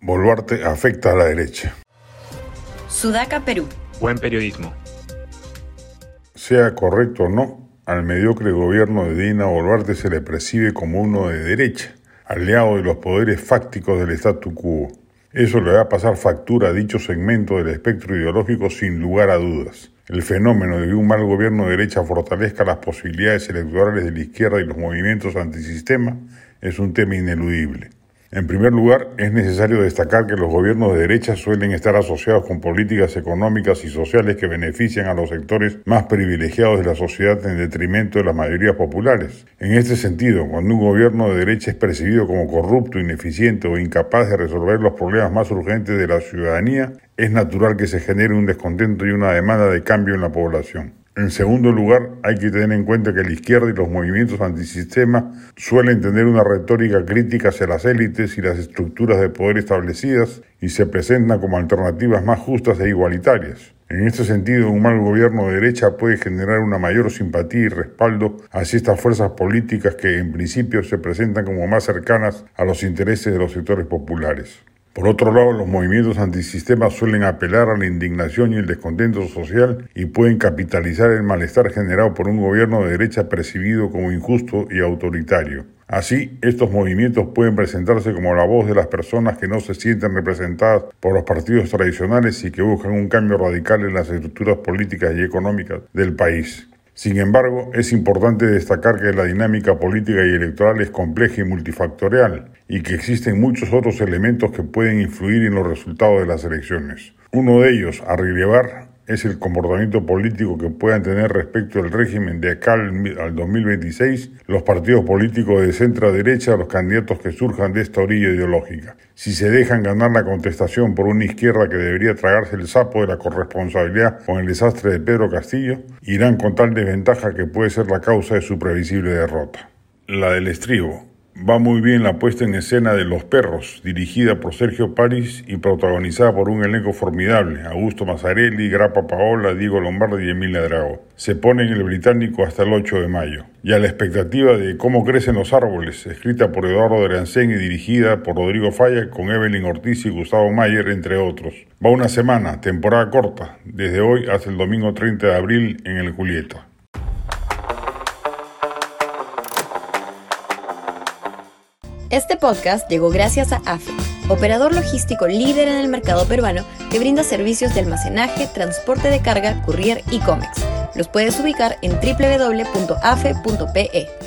Boluarte afecta a la derecha. Sudaca, Perú. Buen periodismo. Sea correcto o no, al mediocre gobierno de Dina Boluarte se le percibe como uno de derecha, aliado de los poderes fácticos del statu quo. Eso le va a pasar factura a dicho segmento del espectro ideológico sin lugar a dudas. El fenómeno de que un mal gobierno de derecha fortalezca las posibilidades electorales de la izquierda y los movimientos antisistema es un tema ineludible. En primer lugar, es necesario destacar que los gobiernos de derecha suelen estar asociados con políticas económicas y sociales que benefician a los sectores más privilegiados de la sociedad en detrimento de las mayorías populares. En este sentido, cuando un gobierno de derecha es percibido como corrupto, ineficiente o incapaz de resolver los problemas más urgentes de la ciudadanía, es natural que se genere un descontento y una demanda de cambio en la población. En segundo lugar, hay que tener en cuenta que la izquierda y los movimientos antisistema suelen tener una retórica crítica hacia las élites y las estructuras de poder establecidas y se presentan como alternativas más justas e igualitarias. En este sentido, un mal gobierno de derecha puede generar una mayor simpatía y respaldo hacia estas fuerzas políticas que en principio se presentan como más cercanas a los intereses de los sectores populares. Por otro lado, los movimientos antisistema suelen apelar a la indignación y el descontento social y pueden capitalizar el malestar generado por un gobierno de derecha percibido como injusto y autoritario. Así, estos movimientos pueden presentarse como la voz de las personas que no se sienten representadas por los partidos tradicionales y que buscan un cambio radical en las estructuras políticas y económicas del país. Sin embargo, es importante destacar que la dinámica política y electoral es compleja y multifactorial y que existen muchos otros elementos que pueden influir en los resultados de las elecciones. Uno de ellos, a relevar, es el comportamiento político que puedan tener respecto al régimen de acá al 2026 los partidos políticos de centro-derecha, los candidatos que surjan de esta orilla ideológica. Si se dejan ganar la contestación por una izquierda que debería tragarse el sapo de la corresponsabilidad con el desastre de Pedro Castillo, irán con tal desventaja que puede ser la causa de su previsible derrota. La del estribo. Va muy bien la puesta en escena de Los Perros, dirigida por Sergio París y protagonizada por un elenco formidable: Augusto Mazzarelli, Grappa Paola, Diego Lombardi y Emilia Drago. Se pone en el Británico hasta el 8 de mayo. Y a la expectativa de Cómo crecen los árboles, escrita por Eduardo Derancén y dirigida por Rodrigo Falla, con Evelyn Ortiz y Gustavo Mayer, entre otros. Va una semana, temporada corta, desde hoy hasta el domingo 30 de abril en el Julieta. Este podcast llegó gracias a AFE, operador logístico líder en el mercado peruano que brinda servicios de almacenaje, transporte de carga, courier y cómex. Los puedes ubicar en www.afe.pe.